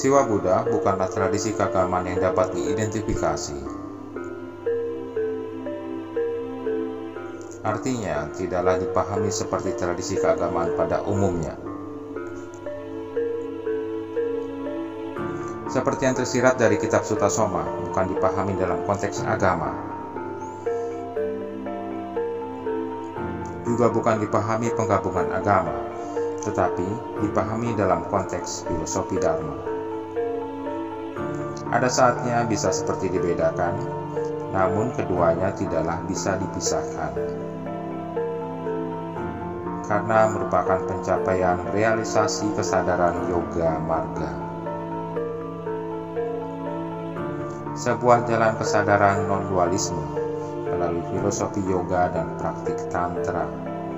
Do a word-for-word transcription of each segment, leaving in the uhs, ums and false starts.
Peristiwa Buddha bukanlah tradisi keagamaan yang dapat diidentifikasi. Artinya, tidaklah dipahami seperti tradisi keagamaan pada umumnya. Seperti yang tersirat dari kitab Sutta Soma, bukan dipahami dalam konteks agama. Juga bukan dipahami penggabungan agama, tetapi dipahami dalam konteks filosofi Dharma. Ada saatnya bisa seperti dibedakan, namun keduanya tidaklah bisa dipisahkan. Karena merupakan pencapaian realisasi kesadaran yoga marga. Sebuah jalan kesadaran non-dualisme melalui filosofi yoga dan praktik tantra.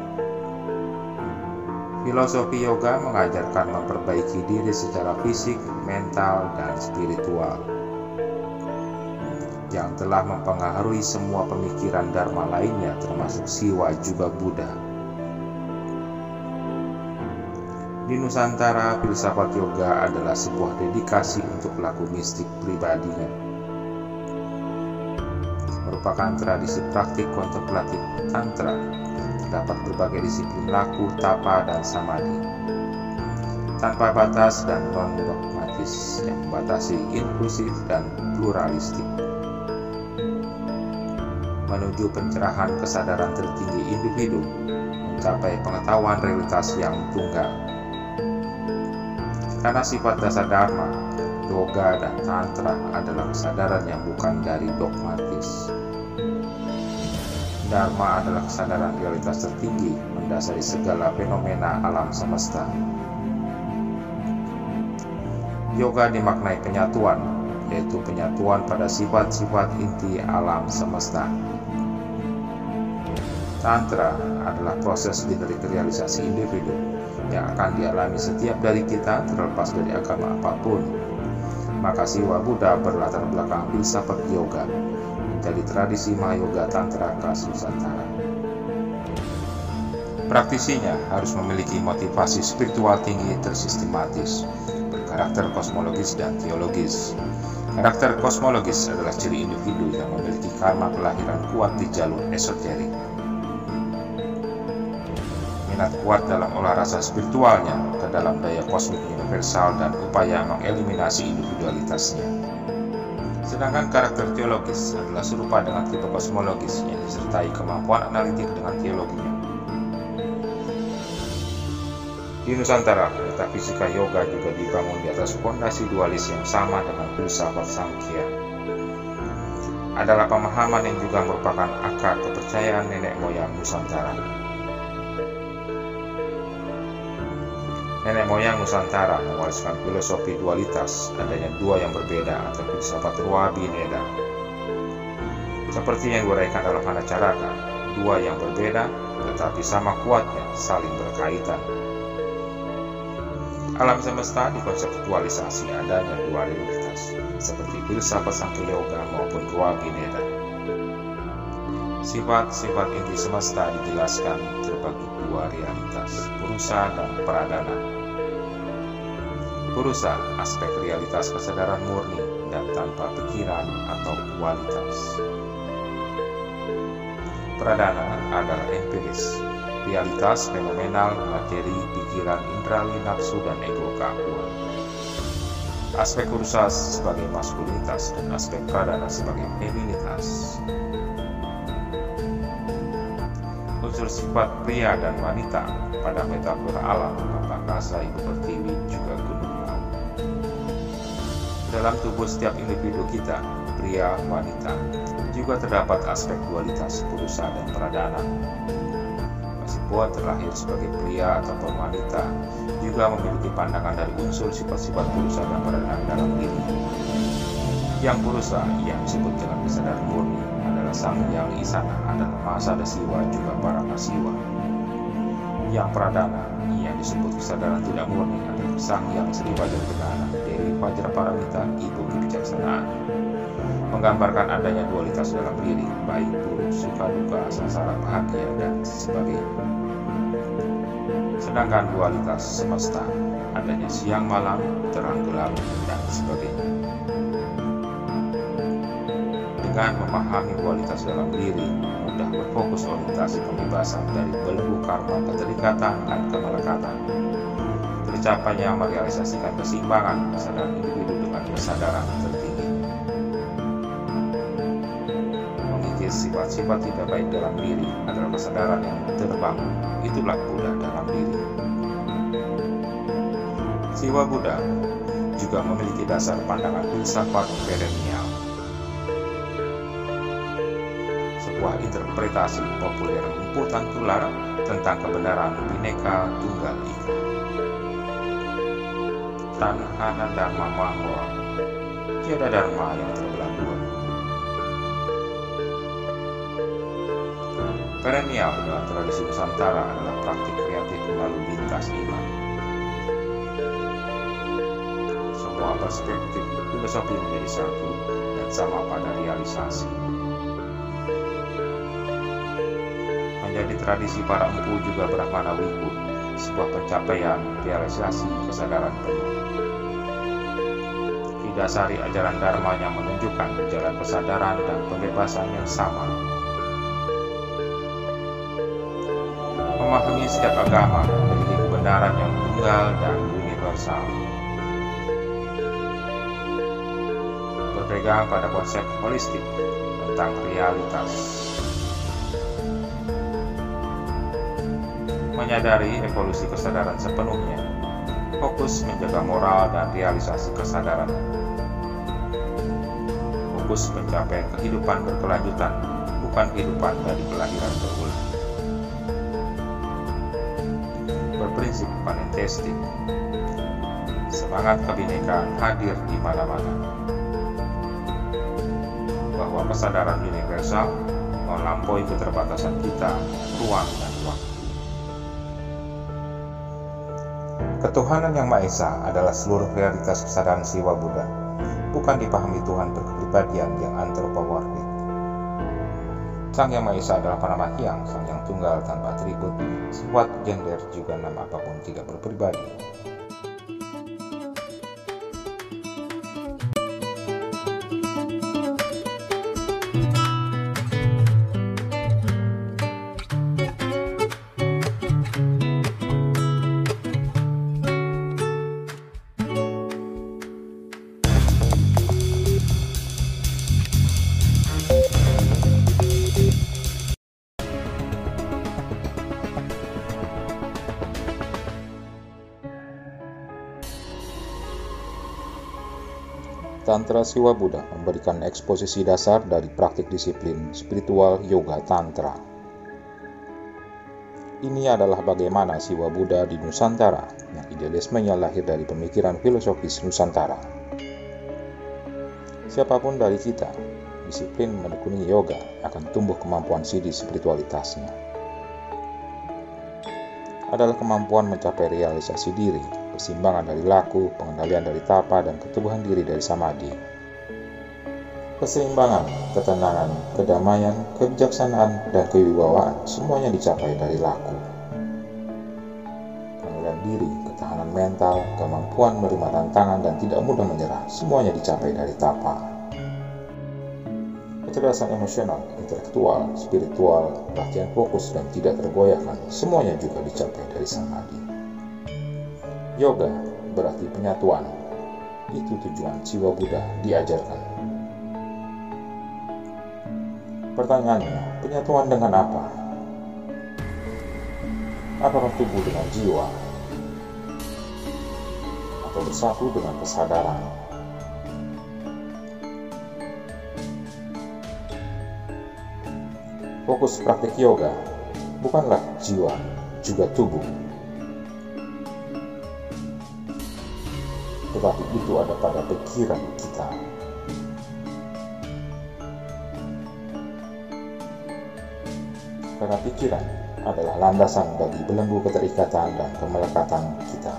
Filosofi yoga mengajarkan memperbaiki diri secara fisik, mental, dan spiritual yang telah mempengaruhi semua pemikiran dharma lainnya termasuk Siwa juga Buddha. Di Nusantara, filsafat yoga adalah sebuah dedikasi untuk pelaku mistik pribadinya. Merupakan tradisi praktik kontemplatif tantra. Terdapat berbagai disiplin laku, tapa, dan samadhi, tanpa batas dan non-dogmatis, yang membatasi inklusif dan pluralistik, menuju pencerahan kesadaran tertinggi individu, mencapai pengetahuan realitas yang tunggal. Karena sifat dasar dharma, yoga dan tantra adalah kesadaran yang bukan dari dogmatis. Dharma adalah kesadaran realitas tertinggi mendasari segala fenomena alam semesta. Yoga dimaknai penyatuan, yaitu penyatuan pada sifat-sifat inti alam semesta. Tantra adalah proses dari realisasi individu yang akan dialami setiap dari kita terlepas dari agama apapun. Maka Siwa Buddha berlatar belakang filsafat yoga, menjadi tradisi Mahayoga Tantra khas Nusantara. Praktisinya harus memiliki motivasi spiritual tinggi tersistematis, berkarakter kosmologis dan teologis. Karakter kosmologis adalah ciri individu yang memiliki karma kelahiran kuat di jalur esoterik. Minat kuat dalam olah rasa spiritualnya ke dalam daya kosmik universal dan upaya mengeliminasi individualitasnya. Sedangkan karakter teologis adalah serupa dengan tipe kosmologis yang disertai kemampuan analitik dengan teologinya. Di Nusantara, metafisika yoga juga dibangun di atas fondasi dualis yang sama dengan filsafat Samkhya. Adalah pemahaman yang juga merupakan akar kepercayaan nenek moyang Nusantara. Nenek moyang Nusantara mewariskan filosofi dualitas, adanya dua yang berbeda atau filsafat Ruwabineda. Seperti yang diuraikan dalam Hanacaraka, dua yang berbeda tetapi sama kuatnya saling berkaitan. Alam semesta dikonseptualisasi adanya dua realitas, seperti filsafat Sankhya Yoga maupun Ruwabineda. Sifat-sifat inti semesta dijelaskan terbagi dua realitas, purusa dan pradana. Purusa, aspek realitas kesadaran murni dan tanpa pikiran atau kualitas. Pradana adalah empiris, realitas fenomenal materi, pikiran, indrawi, nafsu, dan ego keakuan. Aspek purusa sebagai maskulinitas dan aspek pradana sebagai feminitas. Unsur sifat pria dan wanita pada metafora alam, lambang rasa ibu pertiwi juga gunung laut. Dalam tubuh setiap individu kita, pria, wanita, juga terdapat aspek dualitas purusa dan pradana. Meskipun terlahir sebagai pria ataupun wanita, juga memiliki pandangan dari unsur sifat-sifat purusa dan pradana dalam diri. Yang purusa yang disebut dengan kesadaran murni adalah Sang Hyang Isana, adalah Mahasada Siwa juga Paramasiwa. Yang pradana yang disebut kesadaran tidak murni adalah Sang Hyang Sri Vajrayana, Dewi Vajraparamita, Ibu Kebijaksanaan, menggambarkan adanya dualitas dalam diri, baik buruk, suka duka, sengsara, bahagia, dan sebagainya. Sedangkan dualitas semesta adanya siang malam, terang gelap, dan sebagainya. Dengan memahami kualitas dalam diri, mudah berfokus orientasi pembebasan dari belenggu karma keterikatan dan kemelekatan. Tercapainya merealisasikan keseimbangan kesadaran individu dengan kesadaran tertinggi. Mengikis sifat-sifat tidak baik dalam diri adalah kesadaran yang terbangun. Itulah Buddha dalam diri. Siwa Buddha juga memiliki dasar pandangan filsafat perennial, sebuah interpretasi populer rumputan tular tentang kebenaran Bhinneka Tunggal Ika. Tanhana Dharma Mahwa, tiada dharma yang terbelah dua. Perennial dalam tradisi Nusantara adalah praktik kreatif lalu lintas iman. Semua perspektif filosofi menjadi satu dan sama pada realisasi. Menjadi tradisi para empu juga Brahmana Wiku, sebuah pencapaian realisasi kesadaran penuh. Didasari ajaran Dharma yang menunjukkan jalan kesadaran dan pembebasan yang sama. Memahami setiap agama memiliki kebenaran yang tunggal dan universal. Berpegang pada konsep holistik tentang realitas. Menyadari evolusi kesadaran sepenuhnya, fokus menjaga moral dan realisasi kesadaran. Fokus pencapaian kehidupan berkelanjutan, bukan kehidupan dari kelahiran berulang. Berprinsip panentheistik, semangat kebinekaan hadir di mana-mana. Bahwa kesadaran universal melampaui keterbatasan kita, ruang dan waktu. Ketuhanan Yang Maha Esa adalah seluruh realitas kesadaran Siwa Buddha, bukan dipahami Tuhan berkepribadian yang antropowardik. Sang Yang Maha Esa adalah Parama Hyang, Sang Yang Tunggal tanpa atribut, sifat, gender, juga nama apapun tidak berpribadi. Tantra Siwa Buddha memberikan eksposisi dasar dari praktik disiplin spiritual yoga tantra. Ini adalah bagaimana Siwa Buddha di Nusantara, yang idealismenya lahir dari pemikiran filosofis Nusantara. Siapapun dari kita, disiplin menekuni yoga akan tumbuh kemampuan sidi spiritualitasnya. Adalah kemampuan mencapai realisasi diri, keseimbangan dari laku, pengendalian dari tapa, dan ketubuhan diri dari samadhi. Keseimbangan, ketenangan, kedamaian, kebijaksanaan, dan kewibawaan semuanya dicapai dari laku. Pengendalian diri, ketahanan mental, kemampuan menerima tantangan, dan tidak mudah menyerah semuanya dicapai dari tapa. Kecerdasan emosional, intelektual, spiritual, latihan fokus, dan tidak tergoyahkan semuanya juga dicapai dari samadhi. Yoga berarti penyatuan. Itu tujuan Siwa Buddha diajarkan. Pertanyaannya, penyatuan dengan apa? Apakah tubuh dengan jiwa? Atau bersatu dengan kesadaran? Fokus praktik yoga bukanlah jiwa, juga tubuh. Tetapi itu ada pada pikiran kita. Karena pikiran adalah landasan bagi belenggu keterikatan dan kemelekatan kita.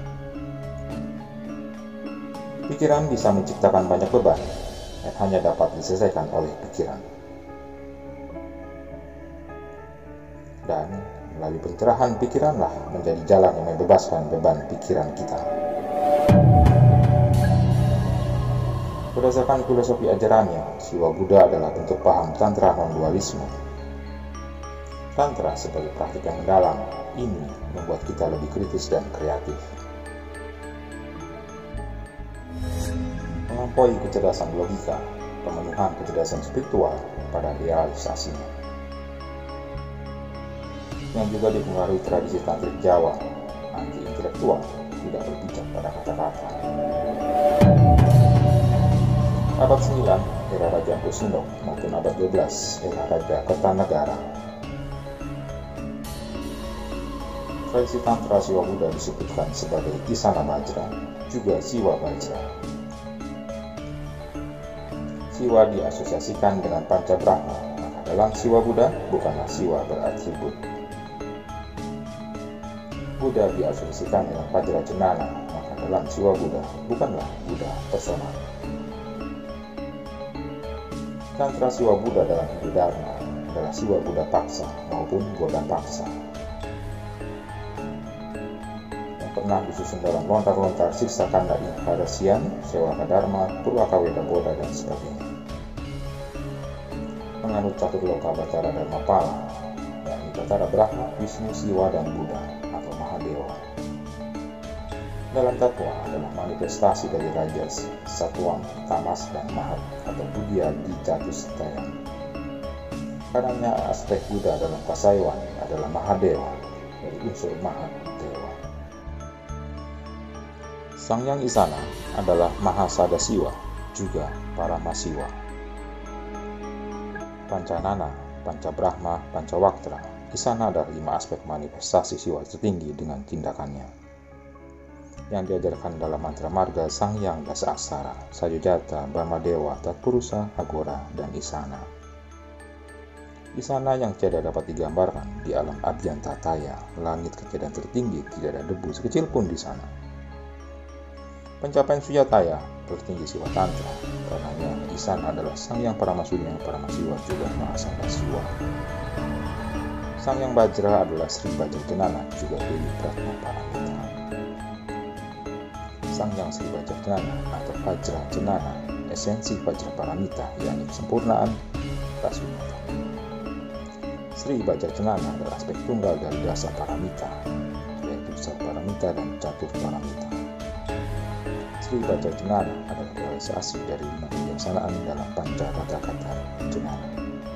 Pikiran bisa menciptakan banyak beban yang hanya dapat diselesaikan oleh pikiran. Dan melalui pencerahan pikiranlah menjadi jalan yang membebaskan beban pikiran kita. Berdasarkan filosofi ajarannya, Siwa Buddha adalah bentuk paham Tantra non-dualisme. Tantra sebagai praktik yang mendalam, ini membuat kita lebih kritis dan kreatif. Melampaui kecerdasan logika, pemenuhan kecerdasan spiritual pada realisasinya. Yang juga dipengaruhi tradisi tantrik Jawa, anti-intelektual, tidak berpijak pada kata-kata. Abad sembilan, era Raja Empu Sindok, maupun abad dua belas, era Raja Kertanegara. Tradisi Tantra Siwa Buddha disebutkan sebagai Isana Bajra, juga Siwa Bajra. Siwa diasosiasikan dengan Panca Brahma, maka dalam Siwa Buddha bukanlah Siwa beratribut. Buddha diasosiasikan dengan Vajra Jenana, maka dalam Siwa Buddha bukanlah Buddha personal. Tantra Siwa Buddha dalam Hindu Dharma adalah Siwa Buddha paksa maupun Goda paksa, yang pernah disusun dalam lontar-lontar siksa kanda Inharasian, Sewaka Dharma, Purwaka Weda Boda, dan sebagainya. Menganut catur loka Batara Dharma Pala, yakni Batara Brahma, Wisnu, Siwa, dan Buddha atau Mahadewa. Dalam tatwa adalah manifestasi dari Rajas, Satuan, Tamas, dan Mahat atau Buddhya di Catusethayan. Karenanya aspek Buddha dalam Pasaiwan adalah Mahadewa dari unsur Mahat Dewa. Sangyang Isana adalah Mahasada Siwa, juga Paramasiwa. Pancanana, Panca Brahma, Panca Waktra, Isana adalah lima aspek manifestasi Siwa tertinggi dengan tindakannya yang diajarkan dalam mantra marga Sangyang Dasa Aksara, Sayujata, Brahmadewa, Tatpurusa, Agora, dan Isana. Isana yang tiada dapat digambarkan di alam Adyanta Taya, langit ketiadaan tertinggi, tidak ada debu sekecil pun di sana. Pencapaian Sujataya tertinggi Siwa Tantra, karenanya Isana adalah Sangyang Paramasunya, Paramasiwa, juga Mahasada Siwa. Sangyang Bajra adalah Sri Bajra Jenana, juga Dewi Pratma Paramita. Sangyang Sri Bajra Jenana atau Vajra Jenana, esensi Vajra Paramita, yakni kesempurnaan Rasunata. Sri Bajra Jenana adalah aspek tunggal dari dasa paramita, yaitu Sat Paramita dan Catur Paramita. Sri Bajra Jenana adalah realisasi dari lima kebiasaan dalam Panca Kata-Kata Jenana.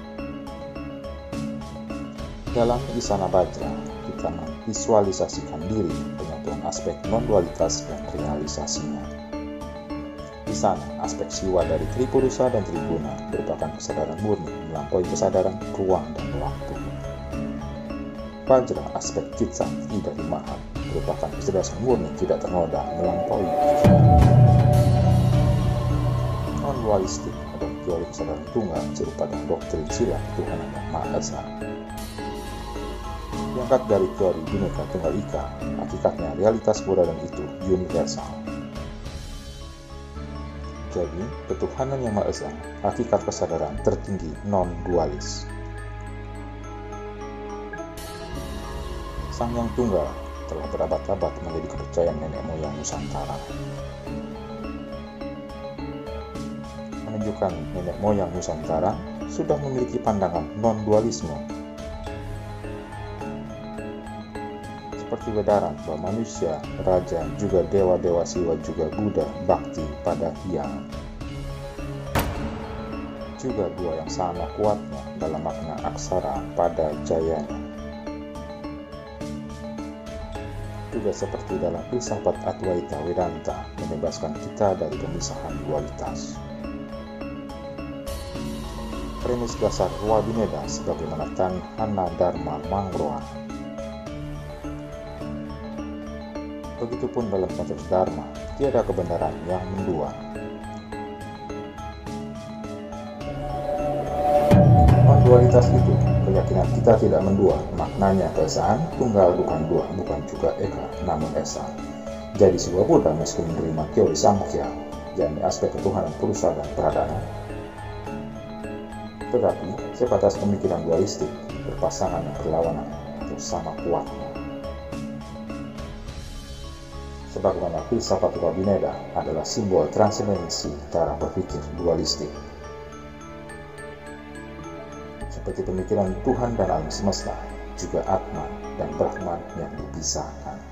Dalam Isana Bajra, kita memvisualisasikan diri penyatuan aspek non-dualitas dan realisasinya. Isana, aspek Siwa dari Tripurusa dan Triguna, merupakan kesadaran murni melampaui kesadaran ruang dan waktu. Vajra, aspek Citsakti dari Mahat, merupakan kecerdasan murni tidak ternoda melampaui pikiran. Non-dualistik adalah teori kesadaran tunggal serupa dengan doktrin sila ketuhanan yang Maha Esa. Diangkat dari teori Bhinneka Tunggal Ika, hakikatnya realitas Buddha dan itu universal. Jadi, ketuhanan yang Maha Esa, hakikat kesadaran tertinggi non-dualis. Sang Yang Tunggal telah berabad-abad menjadi kepercayaan nenek moyang Nusantara. Menunjukkan nenek moyang Nusantara sudah memiliki pandangan non-dualisme. Seperti Vedara bahwa manusia, raja, juga dewa-dewa Siwa, juga Buddha, bakti pada Hyang. Juga dua yang sama kuatnya dalam makna aksara pada jayanya. Juga seperti dalam filsafat Adwaita Vedanta membebaskan kita dari pemisahan dualitas. Premis dasar Ruwabineda sebagaimana Tanhana Dharma Mangroa. Begitupun dalam konteks Dharma, tiada kebenaran yang mendua. Non-dualitas itu, keyakinan kita tidak mendua, maknanya keesaan tunggal bukan dua, bukan juga eka, namun esa. Jadi Siwa Buddha meski menerima teori Samkhya, yakni aspek ketuhanan Purusa dan Pradana, tetapi sebatas pemikiran dualistik, berpasangan dan berlawanan, harus sama kuatnya. Sebagaimana filsafat Wabineda adalah simbol transendensi cara berpikir dualistik, seperti pemikiran Tuhan dan alam semesta, juga Atman dan Brahman yang dipisahkan.